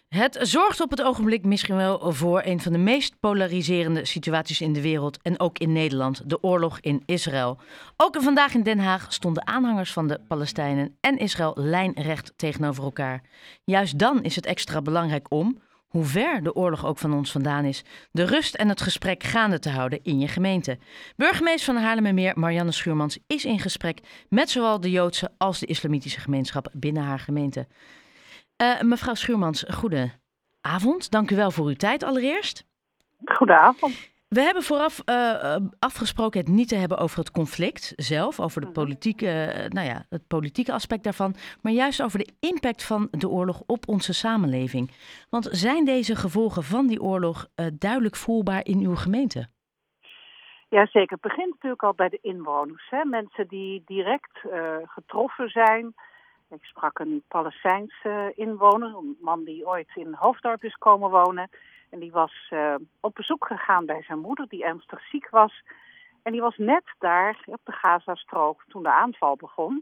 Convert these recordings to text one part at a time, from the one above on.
Het zorgt op het ogenblik misschien wel voor een van de meest polariserende situaties in de wereld en ook in Nederland, de oorlog in Israël. Ook vandaag in Den Haag stonden aanhangers van de Palestijnen en Israël lijnrecht tegenover elkaar. Juist dan is het extra belangrijk om, hoe ver de oorlog ook van ons vandaan is, de rust en het gesprek gaande te houden in je gemeente. Burgemeester van Haarlemmermeer, Marianne Schuurmans, is in gesprek met zowel de Joodse als de islamitische gemeenschap binnen haar gemeente. Mevrouw Schuurmans, goedenavond. Dank u wel voor uw tijd allereerst. Goedenavond. We hebben vooraf afgesproken het niet te hebben over het conflict zelf, over de politieke, het politieke aspect daarvan, maar juist over de impact van de oorlog op onze samenleving. Want zijn deze gevolgen van die oorlog duidelijk voelbaar in uw gemeente? Ja, zeker. Het begint natuurlijk al bij de inwoners. Hè? Mensen die direct getroffen zijn. Ik sprak een Palestijnse inwoner, een man die ooit in Hoofddorp is komen wonen. En die was op bezoek gegaan bij zijn moeder, die ernstig ziek was. En die was net daar op de Gazastrook toen de aanval begon.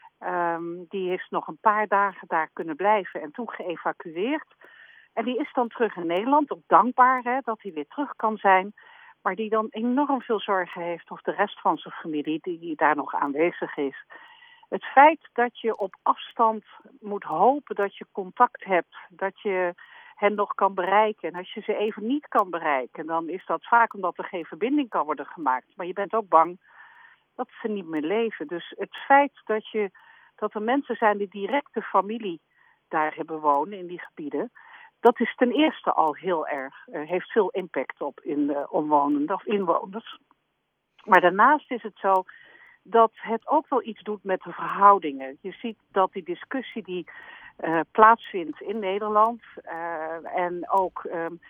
Die is nog een paar dagen daar kunnen blijven en toen geëvacueerd. En die is dan terug in Nederland, ook dankbaar dat hij weer terug kan zijn. Maar die dan enorm veel zorgen heeft of de rest van zijn familie die daar nog aanwezig is. Het feit dat je op afstand moet hopen dat je contact hebt, dat je hen nog kan bereiken. En als je ze even niet kan bereiken, dan is dat vaak omdat er geen verbinding kan worden gemaakt. Maar je bent ook bang dat ze niet meer leven. Dus het feit dat er mensen zijn die directe familie daar hebben wonen in die gebieden, dat is ten eerste al heel erg, heeft veel impact op omwonenden of inwoners. Maar daarnaast is het zo dat het ook wel iets doet met de verhoudingen. Je ziet dat die discussie die plaatsvindt in Nederland en ook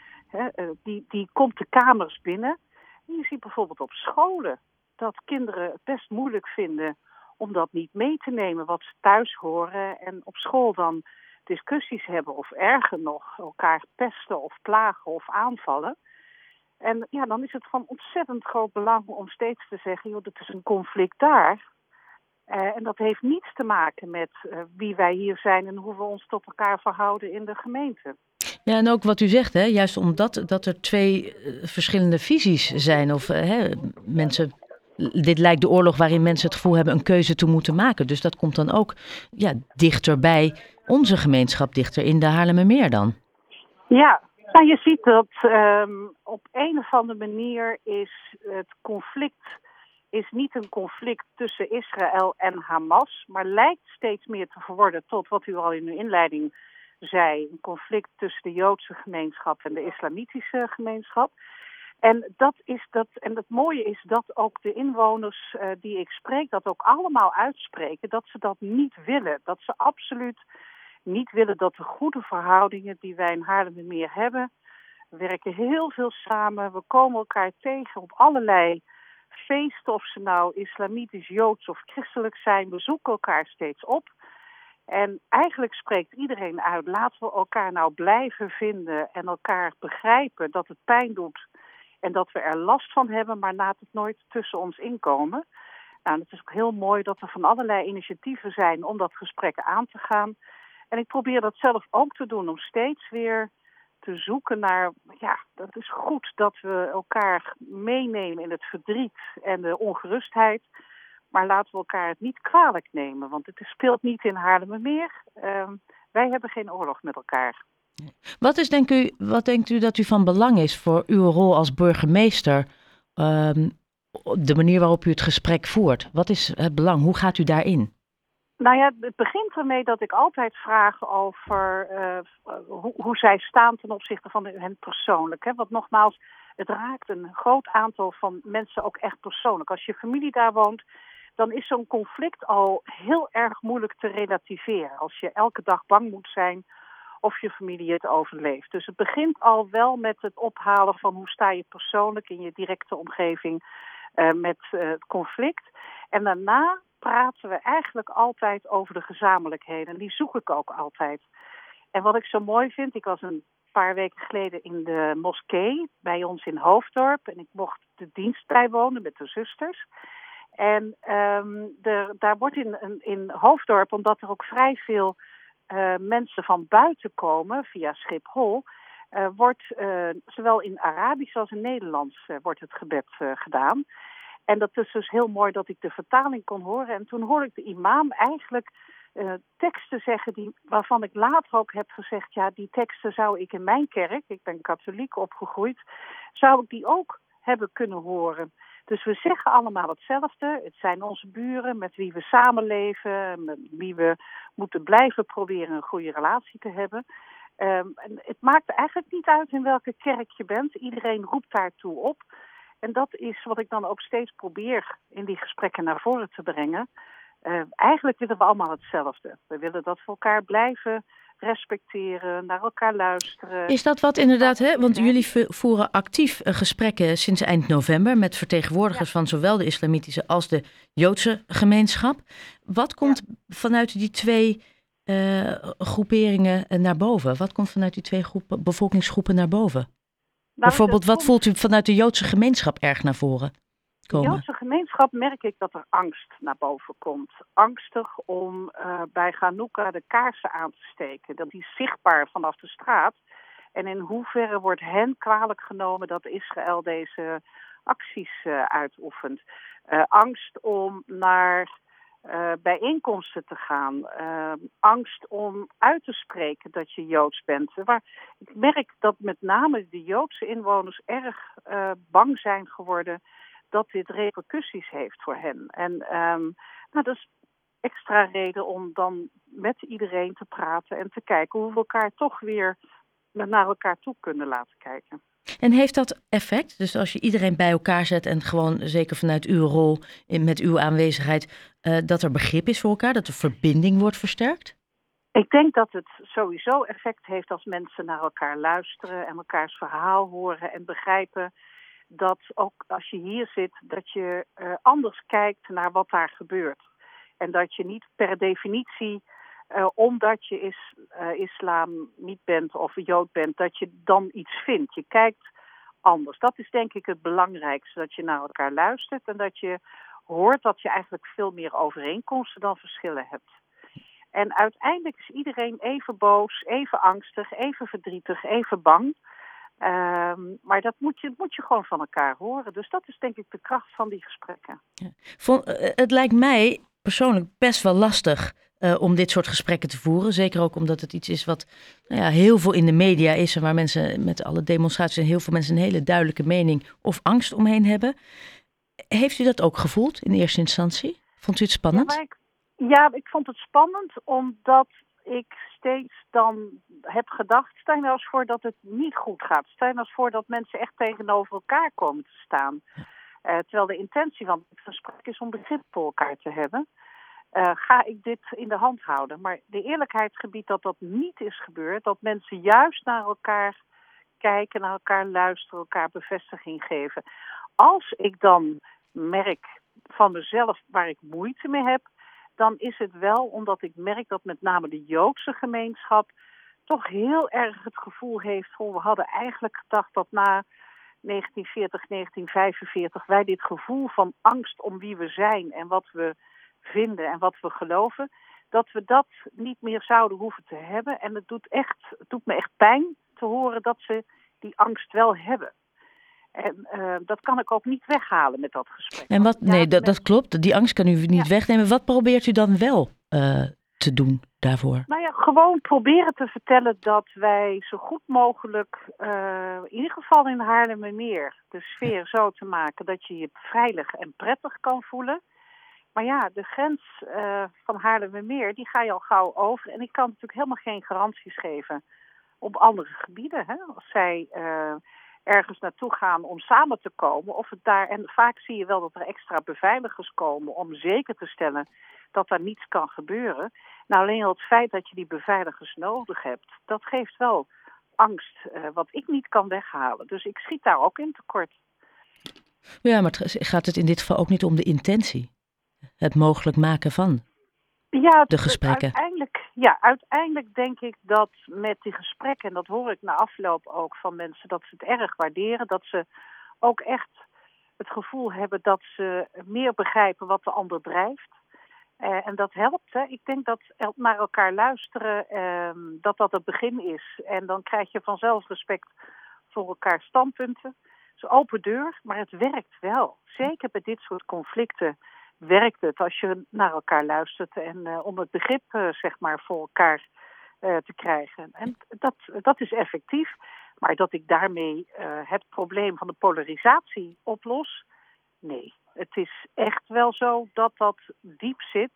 die komt de kamers binnen. En je ziet bijvoorbeeld op scholen dat kinderen het best moeilijk vinden om dat niet mee te nemen wat ze thuis horen en op school dan discussies hebben of erger nog elkaar pesten of plagen of aanvallen. En ja, dan is het van ontzettend groot belang om steeds te zeggen, joh, dit is een conflict daar. En dat heeft niets te maken met wie wij hier zijn en hoe we ons tot elkaar verhouden in de gemeente. Ja, en ook wat u zegt, hè, juist omdat dat er twee verschillende visies zijn. Of mensen, dit lijkt de oorlog waarin mensen het gevoel hebben een keuze te moeten maken. Dus dat komt dan ook dichter bij onze gemeenschap, dichter in de Haarlemmermeer dan. Ja, nou, je ziet dat op een of andere manier is het conflict is niet een conflict tussen Israël en Hamas, maar lijkt steeds meer te verworden tot wat u al in uw inleiding zei, een conflict tussen de Joodse gemeenschap en de islamitische gemeenschap. En het mooie is dat ook de inwoners die ik spreek, dat ook allemaal uitspreken, dat ze dat niet willen. Dat ze absoluut niet willen dat de goede verhoudingen die wij in Haarlemmermeer hebben, we werken heel veel samen, we komen elkaar tegen op allerlei feesten, of ze nou islamitisch, joods of christelijk zijn, we zoeken elkaar steeds op. En eigenlijk spreekt iedereen uit, laten we elkaar nou blijven vinden en elkaar begrijpen dat het pijn doet en dat we er last van hebben, maar laat het nooit tussen ons inkomen. Nou, het is ook heel mooi dat er van allerlei initiatieven zijn om dat gesprek aan te gaan. En ik probeer dat zelf ook te doen, om steeds weer te zoeken naar, dat is goed dat we elkaar meenemen in het verdriet en de ongerustheid. Maar laten we elkaar het niet kwalijk nemen, want het speelt niet in Haarlemmermeer. Wij hebben geen oorlog met elkaar. Wat denkt u dat u van belang is voor uw rol als burgemeester? De manier waarop u het gesprek voert. Wat is het belang? Hoe gaat u daarin? Nou ja, het begint ermee dat ik altijd vraag over hoe zij staan ten opzichte van hen persoonlijk. Hè? Want nogmaals, het raakt een groot aantal van mensen ook echt persoonlijk. Als je familie daar woont, dan is zo'n conflict al heel erg moeilijk te relativeren. Als je elke dag bang moet zijn of je familie het overleeft. Dus het begint al wel met het ophalen van hoe sta je persoonlijk in je directe omgeving met het conflict. En daarna praten we eigenlijk altijd over de gezamenlijkheden. En die zoek ik ook altijd. En wat ik zo mooi vind, ik was een paar weken geleden in de moskee bij ons in Hoofddorp. En ik mocht de dienst bijwonen met de zusters. En daar wordt in Hoofddorp, omdat er ook vrij veel mensen van buiten komen via Schiphol, wordt zowel in Arabisch als in Nederlands wordt het gebed gedaan. En dat is dus heel mooi dat ik de vertaling kon horen. En toen hoorde ik de imam eigenlijk teksten zeggen waarvan ik later ook heb gezegd, ja, die teksten zou ik in mijn kerk, ik ben katholiek opgegroeid, zou ik die ook hebben kunnen horen. Dus we zeggen allemaal hetzelfde. Het zijn onze buren met wie we samenleven, met wie we moeten blijven proberen een goede relatie te hebben. En het maakt eigenlijk niet uit in welke kerk je bent. Iedereen roept daartoe op. En dat is wat ik dan ook steeds probeer in die gesprekken naar voren te brengen. Eigenlijk willen we allemaal hetzelfde. We willen dat we elkaar blijven respecteren, naar elkaar luisteren. Is dat wat inderdaad, hè? Want jullie voeren actief gesprekken sinds eind november met vertegenwoordigers van zowel de islamitische als de Joodse gemeenschap. Wat komt vanuit die twee groeperingen naar boven? Wat komt vanuit die twee bevolkingsgroepen naar boven? Bijvoorbeeld, wat voelt u vanuit de Joodse gemeenschap erg naar voren komen? In de Joodse gemeenschap merk ik dat er angst naar boven komt. Angstig om bij Chanukka de kaarsen aan te steken. Dat is zichtbaar vanaf de straat. En in hoeverre wordt hen kwalijk genomen dat Israël deze acties uitoefent. Angst om naar bijeenkomsten te gaan. Angst om uit te spreken dat je Joods bent. Maar ik merk dat met name de Joodse inwoners erg bang zijn geworden dat dit repercussies heeft voor hen. En dat is extra reden om dan met iedereen te praten en te kijken hoe we elkaar toch weer naar elkaar toe kunnen laten kijken. En heeft dat effect? Dus als je iedereen bij elkaar zet en gewoon, zeker vanuit uw rol, met uw aanwezigheid, dat er begrip is voor elkaar, dat de verbinding wordt versterkt? Ik denk dat het sowieso effect heeft als mensen naar elkaar luisteren en elkaars verhaal horen en begrijpen dat ook als je hier zit, dat je anders kijkt naar wat daar gebeurt. En dat je niet per definitie, omdat je islam niet bent of Jood bent, dat je dan iets vindt. Je kijkt anders. Dat is denk ik het belangrijkste, dat je naar elkaar luistert en dat je hoort dat je eigenlijk veel meer overeenkomsten dan verschillen hebt. En uiteindelijk is iedereen even boos, even angstig, even verdrietig, even bang. Maar dat moet je gewoon van elkaar horen. Dus dat is denk ik de kracht van die gesprekken. Ja. Het lijkt mij persoonlijk best wel lastig om dit soort gesprekken te voeren. Zeker ook omdat het iets is wat heel veel in de media is. En waar mensen met alle demonstraties en heel veel mensen een hele duidelijke mening of angst omheen hebben. Heeft u dat ook gevoeld in eerste instantie? Vond u het spannend? Ja, ik vond het spannend omdat ik steeds dan heb gedacht, stel je nou eens voor dat het niet goed gaat. Stel je nou eens voor dat mensen echt tegenover elkaar komen te staan. Terwijl de intentie van het gesprek is om begrip voor elkaar te hebben. Ga ik dit in de hand houden. Maar de eerlijkheid gebiedt dat dat niet is gebeurd. Dat mensen juist naar elkaar kijken, naar elkaar luisteren, elkaar bevestiging geven. Als ik dan merk van mezelf waar ik moeite mee heb, dan is het wel omdat ik merk dat met name de Joodse gemeenschap toch heel erg het gevoel heeft van we hadden eigenlijk gedacht dat na 1940, 1945 wij dit gevoel van angst om wie we zijn en wat we vinden en wat we geloven, dat we dat niet meer zouden hoeven te hebben. En het doet me echt pijn te horen dat ze die angst wel hebben. En dat kan ik ook niet weghalen met dat gesprek. En dat klopt. Die angst kan u niet wegnemen. Wat probeert u dan wel te doen daarvoor? Nou ja, gewoon proberen te vertellen dat wij zo goed mogelijk, in ieder geval in Haarlemmermeer, de sfeer zo te maken dat je je veilig en prettig kan voelen. Maar ja, de grens van Haarlemmermeer, die ga je al gauw over. En ik kan natuurlijk helemaal geen garanties geven op andere gebieden. Hè? Als zij ergens naartoe gaan om samen te komen. Of het daar, en vaak zie je wel dat er extra beveiligers komen om zeker te stellen dat daar niets kan gebeuren. Nou, alleen al het feit dat je die beveiligers nodig hebt, dat geeft wel angst wat ik niet kan weghalen. Dus ik schiet daar ook in tekort. Ja, maar gaat het in dit geval ook niet om de intentie? Het mogelijk maken van de gesprekken? Uiteindelijk denk ik dat met die gesprekken, en dat hoor ik na afloop ook van mensen, dat ze het erg waarderen. Dat ze ook echt het gevoel hebben dat ze meer begrijpen wat de ander drijft. En dat helpt. Hè. Ik denk dat naar elkaar luisteren, dat het begin is. En dan krijg je vanzelf respect voor elkaar standpunten. Het is een open deur, maar het werkt wel. Zeker bij dit soort conflicten werkt het als je naar elkaar luistert. En om het begrip zeg maar voor elkaar te krijgen. En dat is effectief. Maar dat ik daarmee het probleem van de polarisatie oplos, nee. Het is echt wel zo dat dat diep zit.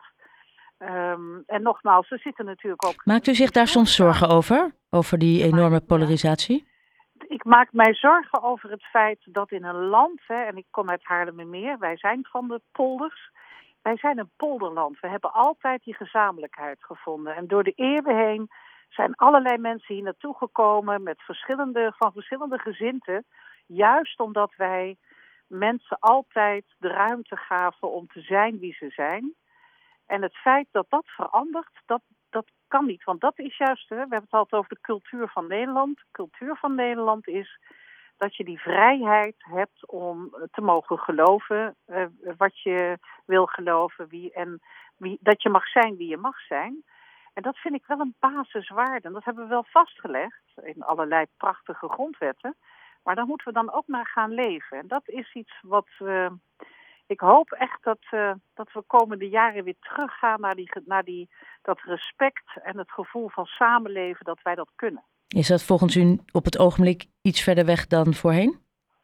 En nogmaals, er zitten natuurlijk ook... Maakt u zich daar soms zorgen over? Over die enorme polarisatie? Ik maak mij zorgen over het feit dat in een land, en ik kom uit Haarlemmermeer, wij zijn van de polders. Wij zijn een polderland. We hebben altijd die gezamenlijkheid gevonden. En door de eeuwen heen zijn allerlei mensen hier naartoe gekomen met verschillende gezindten. Juist omdat wij mensen altijd de ruimte gaven om te zijn wie ze zijn. En het feit dat dat verandert, dat kan niet. Want dat is juist, we hebben het altijd over de cultuur van Nederland. De cultuur van Nederland is dat je die vrijheid hebt om te mogen geloven wat je wil geloven. Dat je mag zijn wie je mag zijn. En dat vind ik wel een basiswaarde. En dat hebben we wel vastgelegd in allerlei prachtige grondwetten. Maar daar moeten we dan ook naar gaan leven. En dat is iets wat ik hoop echt dat we komende jaren weer teruggaan naar dat respect en het gevoel van samenleven, dat wij dat kunnen. Is dat volgens u op het ogenblik iets verder weg dan voorheen?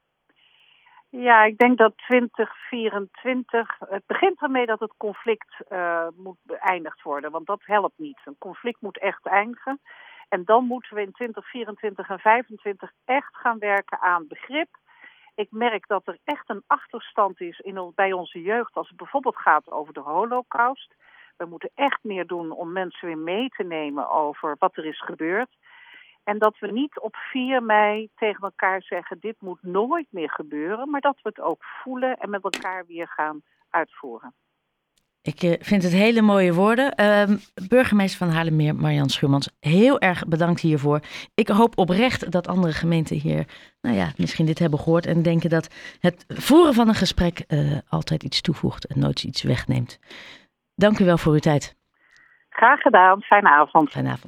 Ja, ik denk dat 2024... Het begint ermee dat het conflict moet beëindigd worden. Want dat helpt niet. Een conflict moet echt eindigen. En dan moeten we in 2024 en 2025 echt gaan werken aan begrip. Ik merk dat er echt een achterstand is bij onze jeugd als het bijvoorbeeld gaat over de Holocaust. We moeten echt meer doen om mensen weer mee te nemen over wat er is gebeurd. En dat we niet op 4 mei tegen elkaar zeggen, dit moet nooit meer gebeuren. Maar dat we het ook voelen en met elkaar weer gaan uitvoeren. Ik vind het hele mooie woorden. Burgemeester van Haarlemmermeer, Marian Schuurmans, heel erg bedankt hiervoor. Ik hoop oprecht dat andere gemeenten hier misschien dit hebben gehoord en denken dat het voeren van een gesprek altijd iets toevoegt en nooit iets wegneemt. Dank u wel voor uw tijd. Graag gedaan. Fijne avond. Fijne avond.